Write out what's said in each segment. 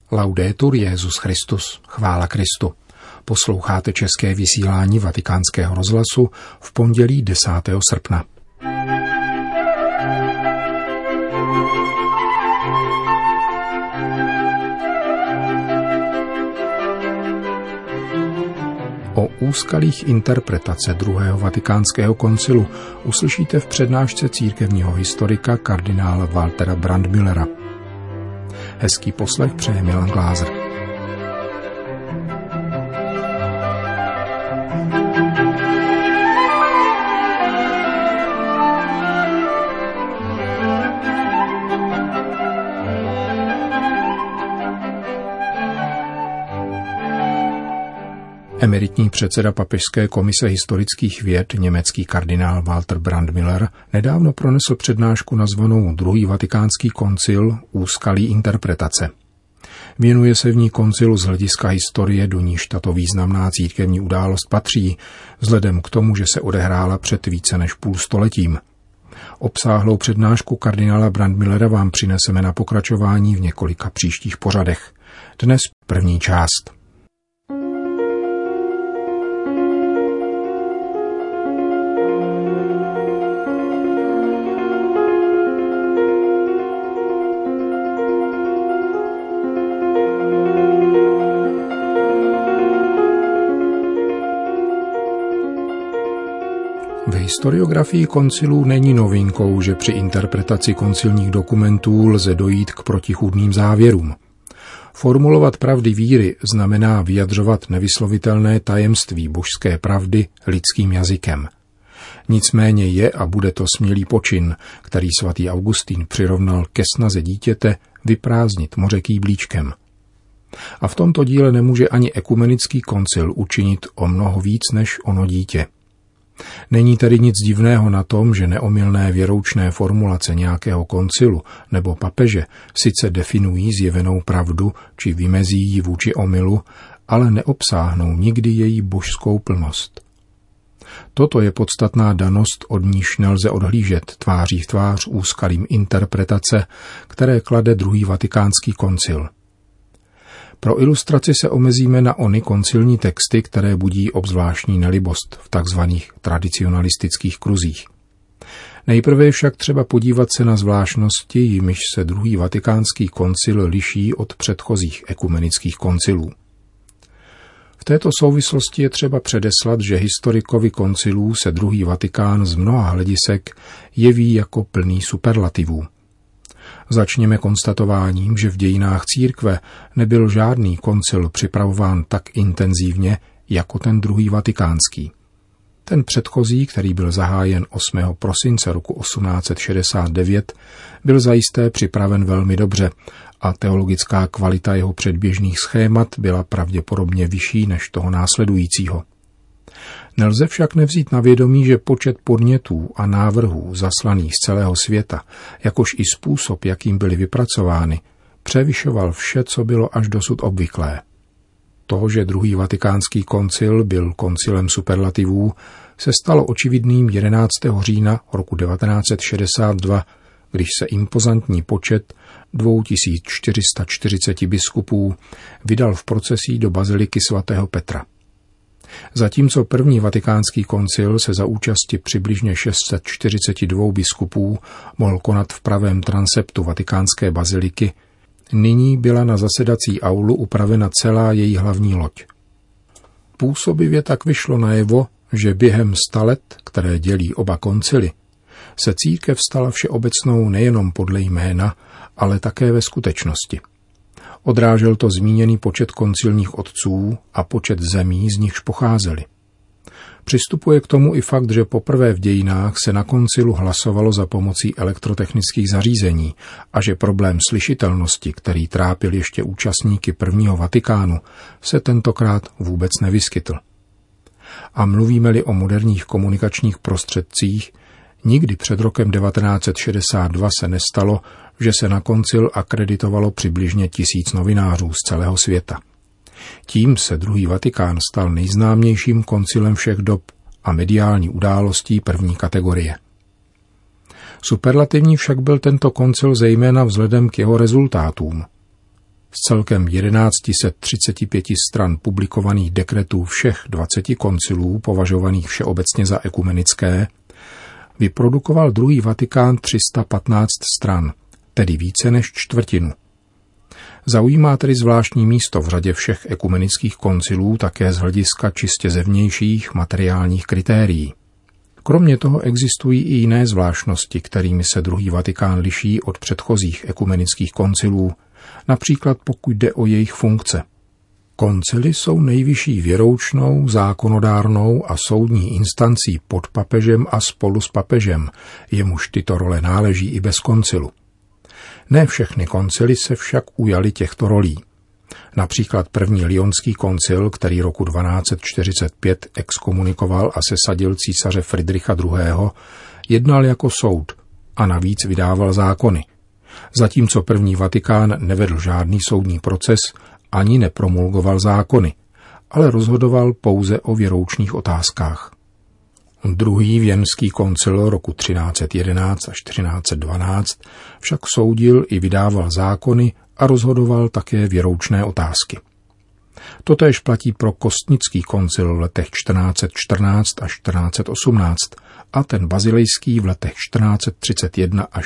Laudetur Jesus Christus, chvála Kristu. Posloucháte české vysílání Vatikánského rozhlasu v pondělí 10. srpna. O úskalích interpretace druhého vatikánského koncilu uslyšíte v přednášce církevního historika kardinála Waltera Brandmüllera. Hezký poslech přeje Milan Glázer. Emeritní předseda Papežské komise historických věd, německý kardinál Walter Brandmüller, nedávno pronesl přednášku nazvanou Druhý vatikánský koncil úskalí interpretace. Věnuje se v ní koncilu z hlediska historie, do níž tato významná církevní událost patří, vzhledem k tomu, že se odehrála před více než půl stoletím. Obsáhlou přednášku kardinála Brandmüllera vám přineseme na pokračování v několika příštích pořadech. Dnes první část. V historiografii koncilů není novinkou, že při interpretaci koncilních dokumentů lze dojít k protichůdným závěrům. Formulovat pravdy víry znamená vyjadřovat nevyslovitelné tajemství božské pravdy lidským jazykem. Nicméně je a bude to smělý počin, který svatý Augustín přirovnal ke snaze dítěte vyprázdnit moře kýblíčkem. A v tomto díle nemůže ani ekumenický koncil učinit o mnoho víc než ono dítě. Není tedy nic divného na tom, že neomylné věroučné formulace nějakého koncilu nebo papeže sice definují zjevenou pravdu či vymezí ji vůči omylu, ale neobsáhnou nikdy její božskou plnost. Toto je podstatná danost, od níž nelze odhlížet tváří v tvář úskalým interpretace, které klade druhý vatikánský koncil. Pro ilustraci se omezíme na ony koncilní texty, které budí obzvláštní nelibost v takzvaných tradicionalistických kruzích. Nejprve je však třeba podívat se na zvláštnosti, jimiž se druhý vatikánský koncil liší od předchozích ekumenických koncilů. V této souvislosti je třeba předeslat, že historikovi koncilů se druhý Vatikán z mnoha hledisek jeví jako plný superlativů. Začněme konstatováním, že v dějinách církve nebyl žádný koncil připravován tak intenzivně jako ten druhý vatikánský. Ten předchozí, který byl zahájen 8. prosince roku 1869, byl zajisté připraven velmi dobře a teologická kvalita jeho předběžných schémat byla pravděpodobně vyšší než toho následujícího. Nelze však nevzít na vědomí, že počet podnětů a návrhů zaslaných z celého světa, jakož i způsob, jakým byly vypracovány, převyšoval vše, co bylo až dosud obvyklé. To, že druhý vatikánský koncil byl koncilem superlativů, se stalo očividným 11. října roku 1962, když se impozantní počet 2440 biskupů vydal v procesí do baziliky svatého Petra. Zatímco první vatikánský koncil se za účasti přibližně 642 biskupů mohl konat v pravém transeptu vatikánské baziliky, nyní byla na zasedací aulu upravena celá její hlavní loď. Působivě tak vyšlo najevo, že během 100 let, které dělí oba koncily, se církev stala všeobecnou nejenom podle jména, ale také ve skutečnosti. Odrážel to zmíněný počet koncilních otců a počet zemí, z nichž pocházeli. Přistupuje k tomu i fakt, že poprvé v dějinách se na koncilu hlasovalo za pomocí elektrotechnických zařízení a že problém slyšitelnosti, který trápil ještě účastníky prvního Vatikánu, se tentokrát vůbec nevyskytl. A mluvíme-li o moderních komunikačních prostředcích, nikdy před rokem 1962 se nestalo, že se na koncil akreditovalo přibližně 1000 novinářů z celého světa. Tím se druhý Vatikán stal nejznámějším koncilem všech dob a mediální událostí první kategorie. Superlativní však byl tento koncil zejména vzhledem k jeho rezultátům. celkem 1135 stran publikovaných dekretů všech 20 koncilů, považovaných všeobecně za ekumenické, vyprodukoval druhý Vatikán 315 stran, tedy více než čtvrtinu. Zaujímá tedy zvláštní místo v řadě všech ekumenických koncilů také z hlediska čistě zevnějších materiálních kritérií. Kromě toho existují i jiné zvláštnosti, kterými se druhý Vatikán liší od předchozích ekumenických koncilů, například pokud jde o jejich funkce. Koncily jsou nejvyšší věroučnou, zákonodárnou a soudní instancí pod papežem a spolu s papežem, jemuž tyto role náleží i bez koncilu. Ne všechny koncily se však ujaly těchto rolí. Například první Lyonský koncil, který roku 1245 exkomunikoval a sesadil císaře Fridricha II., jednal jako soud a navíc vydával zákony, zatímco první Vatikán nevedl žádný soudní proces ani nepromulgoval zákony, ale rozhodoval pouze o věroučných otázkách. Druhý Věnský koncil roku 1311 až 1312 však soudil i vydával zákony a rozhodoval také věroučné otázky. Totéž platí pro Kostnický koncil v letech 1414 až 1418 a ten bazilejský v letech 1431 až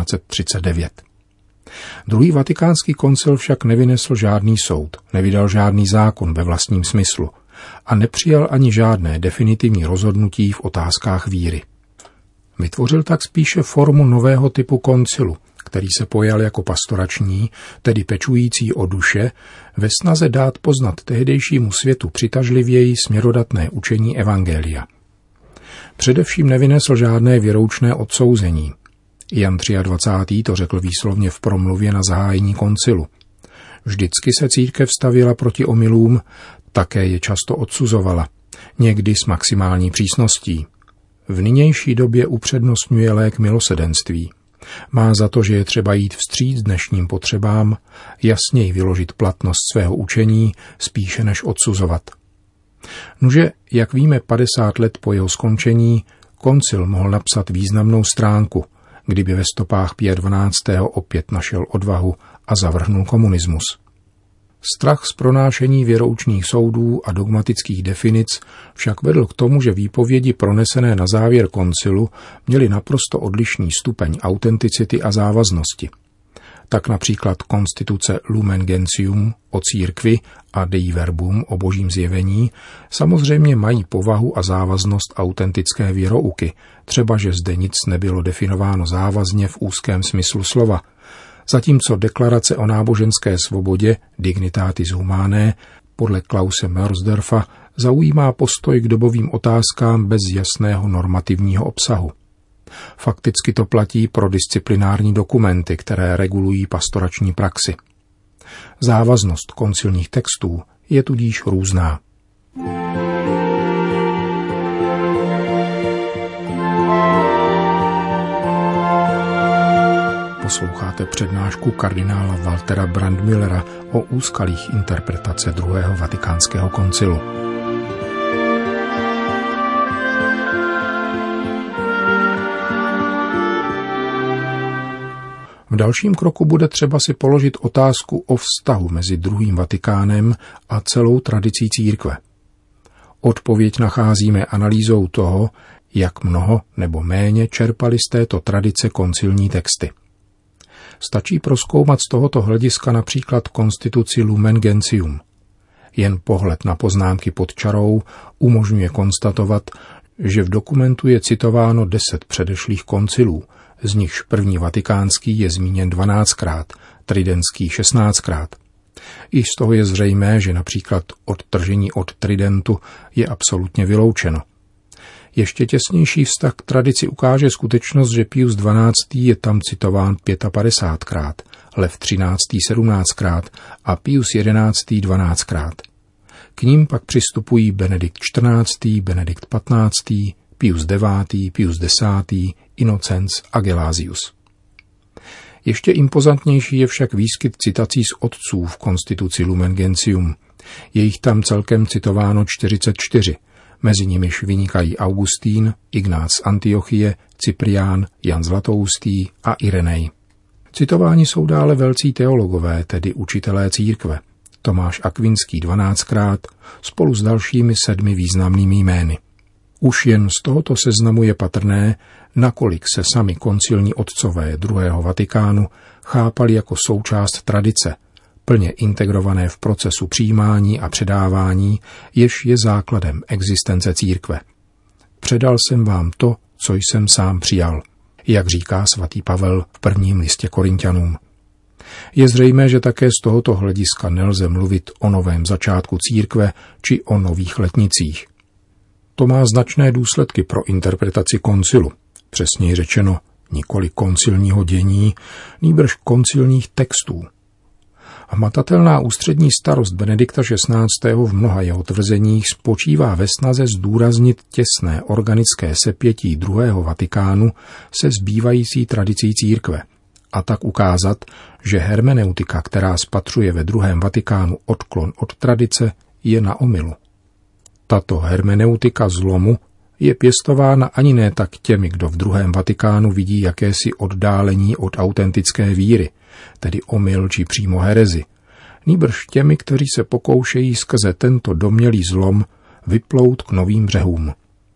1439. Druhý Vatikánský koncil však nevynesl žádný soud, nevydal žádný zákon ve vlastním smyslu a nepřijal ani žádné definitivní rozhodnutí v otázkách víry. Vytvořil tak spíše formu nového typu koncilu, který se pojal jako pastorační, tedy pečující o duše, ve snaze dát poznat tehdejšímu světu přitažlivěji směrodatné učení evangelia. Především nevynesl žádné věroučné odsouzení. Jan 23. to řekl výslovně v promluvě na zahájení koncilu. Vždycky se církev stavěla proti omylům, také je často odsuzovala, někdy s maximální přísností. V nynější době upřednostňuje lék milosedenství. Má za to, že je třeba jít vstříc dnešním potřebám, jasněji vyložit platnost svého učení, spíše než odsuzovat. Nuže, jak víme 50 let po jeho skončení, koncil mohl napsat významnou stránku, kdyby ve stopách Pia XII. Opět našel odvahu a zavrhnul komunismus. Strach z pronášení věroučných soudů a dogmatických definic však vedl k tomu, že výpovědi pronesené na závěr koncilu měly naprosto odlišný stupeň autenticity a závaznosti. Tak například konstituce Lumen Gentium o církvi a Dei Verbum o božím zjevení samozřejmě mají povahu a závaznost autentické věrouky, třeba že zde nic nebylo definováno závazně v úzkém smyslu slova, zatímco deklarace o náboženské svobodě Dignitatis Humanae podle Klause Mersdorfa zaujímá postoj k dobovým otázkám bez jasného normativního obsahu. Fakticky to platí pro disciplinární dokumenty, které regulují pastorační praxi. Závaznost koncilních textů je tudíž různá. Posloucháte přednášku kardinála Waltera Brandmüllera o úskalích interpretace druhého Vatikánského koncilu. V dalším kroku bude třeba si položit otázku o vztahu mezi druhým Vatikánem a celou tradicí církve. Odpověď nacházíme analýzou toho, jak mnoho nebo méně čerpali z této tradice koncilní texty. Stačí prozkoumat z tohoto hlediska například konstituci Lumen Gentium. Jen pohled na poznámky pod čarou umožňuje konstatovat, že v dokumentu je citováno 10 předešlých koncilů, z nichž první vatikánský je zmíněn 12krát, tridentský 16krát. I z toho je zřejmé, že například odtržení od tridentu je absolutně vyloučeno. Ještě těsnější vztah k tradici ukáže skutečnost, že Pius XII. Je tam citován 55krát, Lev XIII. 17krát a Pius XI. 12krát. K ním pak přistupují Benedikt XIV., Benedikt XV., Pius IX., Pius X., Inocenc a Gelasius. Ještě impozantnější je však výskyt citací z otců v konstituci Lumen Gentium. Je jich tam celkem citováno 44, mezi nimiž vynikají Augustín, Ignác z Antiochie, Cyprián, Jan Zlatoustý a Irenej. Citováni jsou dále velcí teologové, tedy učitelé církve. Tomáš Akvinský 12krát spolu s dalšími 7 významnými jmény. Už jen z tohoto seznamu je patrné, nakolik se sami koncilní otcové druhého Vatikánu chápali jako součást tradice, plně integrované v procesu přijímání a předávání, jež je základem existence církve. Předal jsem vám to, co jsem sám přijal, jak říká svatý Pavel v prvním listě Korinťanům. Je zřejmé, že také z tohoto hlediska nelze mluvit o novém začátku církve či o nových letnicích. To má značné důsledky pro interpretaci koncilu, přesněji řečeno nikoli koncilního dění, nýbrž koncilních textů. Hmatatelná ústřední starost Benedikta XVI. V mnoha jeho tvrzeních spočívá ve snaze zdůraznit těsné organické sepětí druhého Vatikánu se zbývající tradicí církve a tak ukázat, že hermeneutika, která spatřuje ve druhém Vatikánu odklon od tradice, je na omylu. Tato hermeneutika zlomu je pěstována ani ne tak těmi, kdo v druhém Vatikánu vidí jakési oddálení od autentické víry, tedy omyl či přímo herezi, nýbrž těmi, kteří se pokoušejí skrze tento domnělý zlom vyplout k novým břehům.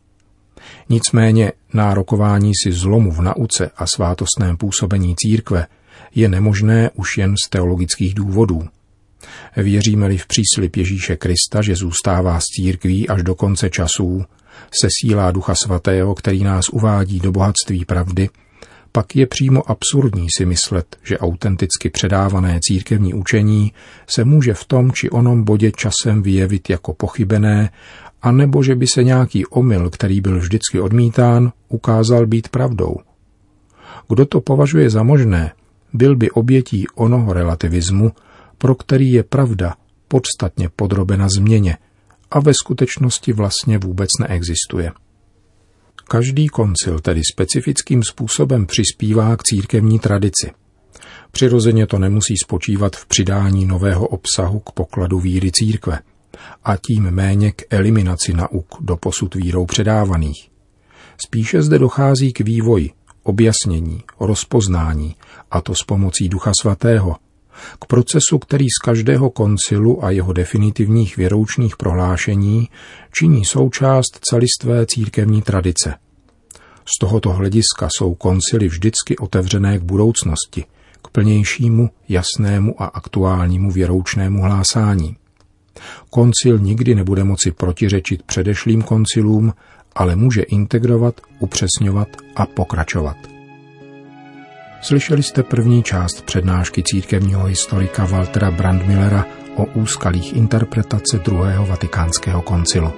Nicméně nárokování si zlomu v nauce a svátostném působení církve je nemožné už jen z teologických důvodů. Věříme-li v příslib Ježíše Krista, že zůstává s církví až do konce časů, sesílá Ducha Svatého, který nás uvádí do bohatství pravdy, pak je přímo absurdní si myslet, že autenticky předávané církevní učení se může v tom či onom bodě časem vyjevit jako pochybené, anebo že by se nějaký omyl, který byl vždycky odmítán, ukázal být pravdou. Kdo to považuje za možné, byl by obětí onoho relativismu, pro který je pravda podstatně podrobena změně a ve skutečnosti vlastně vůbec neexistuje. Každý koncil tedy specifickým způsobem přispívá k církevní tradici. Přirozeně to nemusí spočívat v přidání nového obsahu k pokladu víry církve a tím méně k eliminaci nauk doposud vírou předávaných. Spíše zde dochází k vývoji, objasnění, rozpoznání, a to s pomocí Ducha Svatého, k procesu, který z každého koncilu a jeho definitivních věroučných prohlášení činí součást celistvé církevní tradice. Z tohoto hlediska jsou koncily vždycky otevřené k budoucnosti, k plnějšímu, jasnému a aktuálnímu věroučnému hlásání. Koncil nikdy nebude moci protiřečit předešlým koncilům, ale může integrovat, upřesňovat a pokračovat. Slyšeli jste první část přednášky církevního historika Waltera Brandmillera o úskalích interpretace druhého vatikánského koncilu.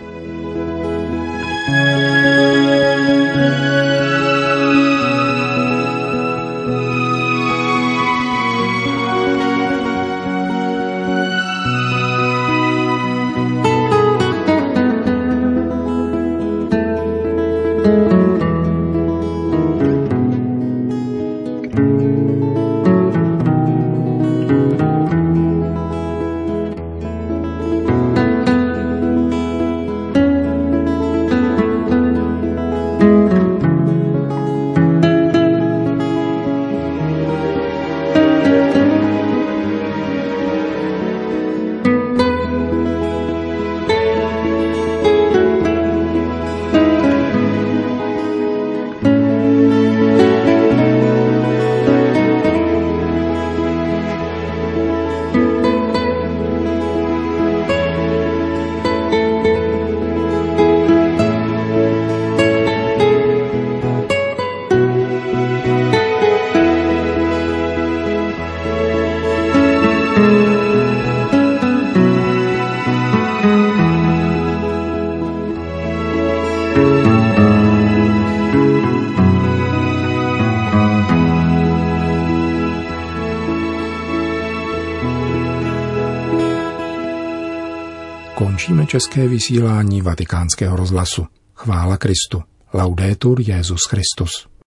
Končíme české vysílání Vatikánského rozhlasu. Chvála Kristu. Laudetur Jesus Christus.